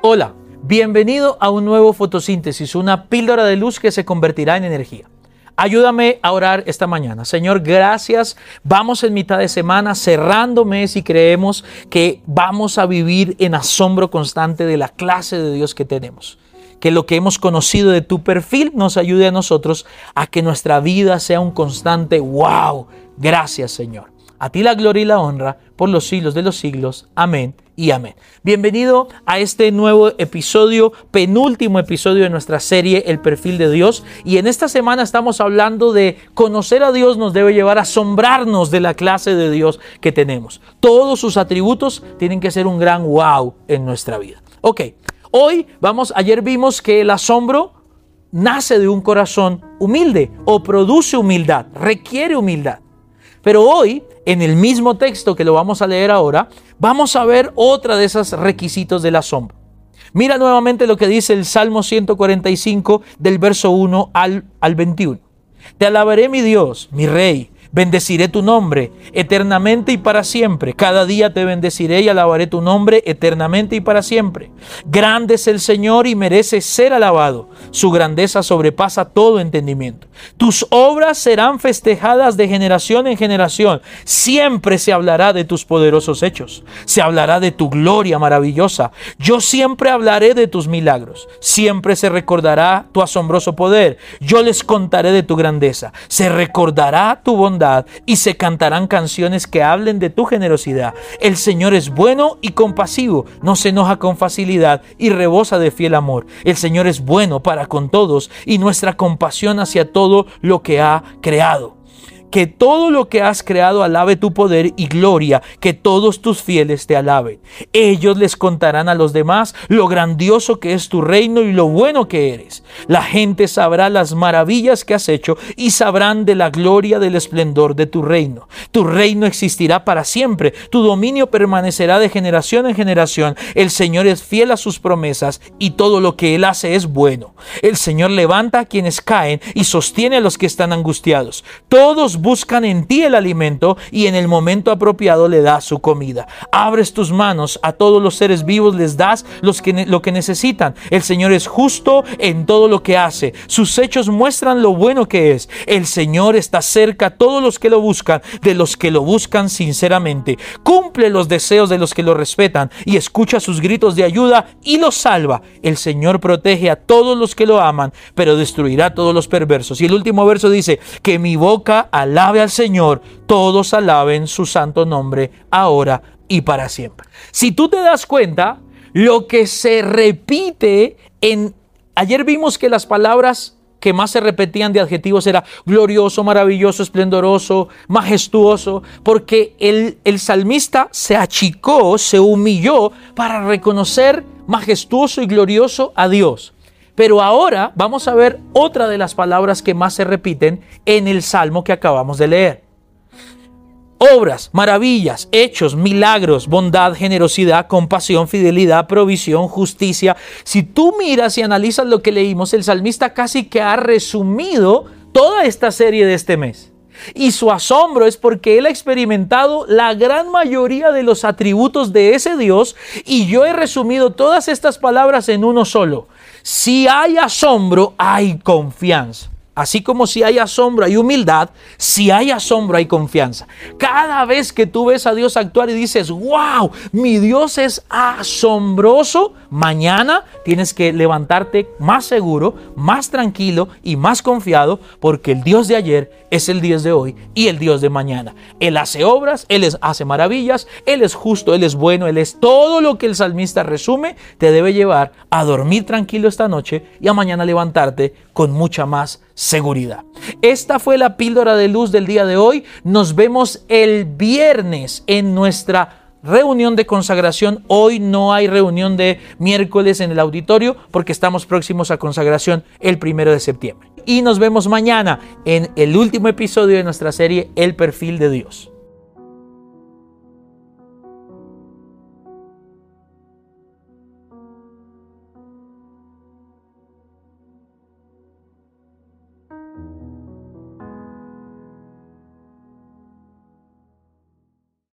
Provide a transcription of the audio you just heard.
Hola, bienvenido a un nuevo fotosíntesis, una píldora de luz que se convertirá en energía. Ayúdame a orar esta mañana. Señor, gracias. Vamos en mitad de semana, cerrando mes y creemos que vamos a vivir en asombro constante de la clase de Dios que tenemos. Que lo que hemos conocido de tu perfil nos ayude a nosotros a que nuestra vida sea un constante wow. Gracias, Señor. A ti la gloria y la honra por los siglos de los siglos. Amén y amén. Bienvenido a este nuevo episodio, penúltimo episodio de nuestra serie El Perfil de Dios. Y en esta semana estamos hablando de conocer a Dios nos debe llevar a asombrarnos de la clase de Dios que tenemos. Todos sus atributos tienen que ser un gran wow en nuestra vida. Ok, ayer vimos que el asombro nace de un corazón humilde o produce humildad, requiere humildad. Pero hoy, en el mismo texto que lo vamos a leer ahora, vamos a ver otra de esos requisitos del asombro. Mira nuevamente lo que dice el Salmo 145 del verso 1 al 21. Te alabaré, mi Dios, mi Rey. Bendeciré tu nombre eternamente y para siempre. Cada día te bendeciré y alabaré tu nombre eternamente y para siempre. Grande es el Señor y merece ser alabado. Su grandeza sobrepasa todo entendimiento. Tus obras serán festejadas de generación en generación. Siempre se hablará de tus poderosos hechos. Se hablará de tu gloria maravillosa. Yo siempre hablaré de tus milagros. Siempre se recordará tu asombroso poder. Yo les contaré de tu grandeza. Se recordará tu bondad y se cantarán canciones que hablen de tu generosidad. El Señor es bueno y compasivo, no se enoja con facilidad y rebosa de fiel amor. El Señor es bueno para con todos y nuestra compasión hacia todo lo que ha creado. Que todo lo que has creado alabe tu poder y gloria, que todos tus fieles te alaben. Ellos les contarán a los demás lo grandioso que es tu reino y lo bueno que eres. La gente sabrá las maravillas que has hecho y sabrán de la gloria del esplendor de tu reino. Tu reino existirá para siempre, tu dominio permanecerá de generación en generación. El Señor es fiel a sus promesas y todo lo que Él hace es bueno. El Señor levanta a quienes caen y sostiene a los que están angustiados. Todos buscan en ti el alimento y en el momento apropiado le das su comida. Abres tus manos a todos los seres vivos, les das lo que necesitan. El Señor es justo en todo lo que hace. Sus hechos muestran lo bueno que es. El Señor está cerca a todos los que lo buscan, de los que lo buscan sinceramente. Cumple los deseos de los que lo respetan y escucha sus gritos de ayuda y los salva. El Señor protege a todos los que lo aman, pero destruirá a todos los perversos. Y el último verso dice, que mi boca alabe al Señor, todos alaben su santo nombre, ahora y para siempre. Si tú te das cuenta, lo que se repite ayer vimos que las palabras que más se repetían de adjetivos era glorioso, maravilloso, esplendoroso, majestuoso, porque el salmista se achicó, se humilló para reconocer majestuoso y glorioso a Dios. Pero ahora vamos a ver otra de las palabras que más se repiten en el salmo que acabamos de leer. Obras, maravillas, hechos, milagros, bondad, generosidad, compasión, fidelidad, provisión, justicia. Si tú miras y analizas lo que leímos, el salmista casi que ha resumido toda esta serie de este mes. Y su asombro es porque él ha experimentado la gran mayoría de los atributos de ese Dios y yo he resumido todas estas palabras en uno solo. Si hay asombro, hay confianza. Así como si hay asombro, hay humildad. Si hay asombro, hay confianza. Cada vez que tú ves a Dios actuar y dices, wow, mi Dios es asombroso, mañana tienes que levantarte más seguro, más tranquilo y más confiado, porque el Dios de ayer es el Dios de hoy y el Dios de mañana. Él hace obras, Él hace maravillas, Él es justo, Él es bueno, Él es todo lo que el salmista resume. Te debe llevar a dormir tranquilo esta noche y a mañana levantarte con mucha más seguridad. Esta fue la píldora de luz del día de hoy. Nos vemos el viernes en nuestra reunión de consagración. Hoy no hay reunión de miércoles en el auditorio porque estamos próximos a consagración el 1 de septiembre. Y nos vemos mañana en el último episodio de nuestra serie El Perfil de Dios.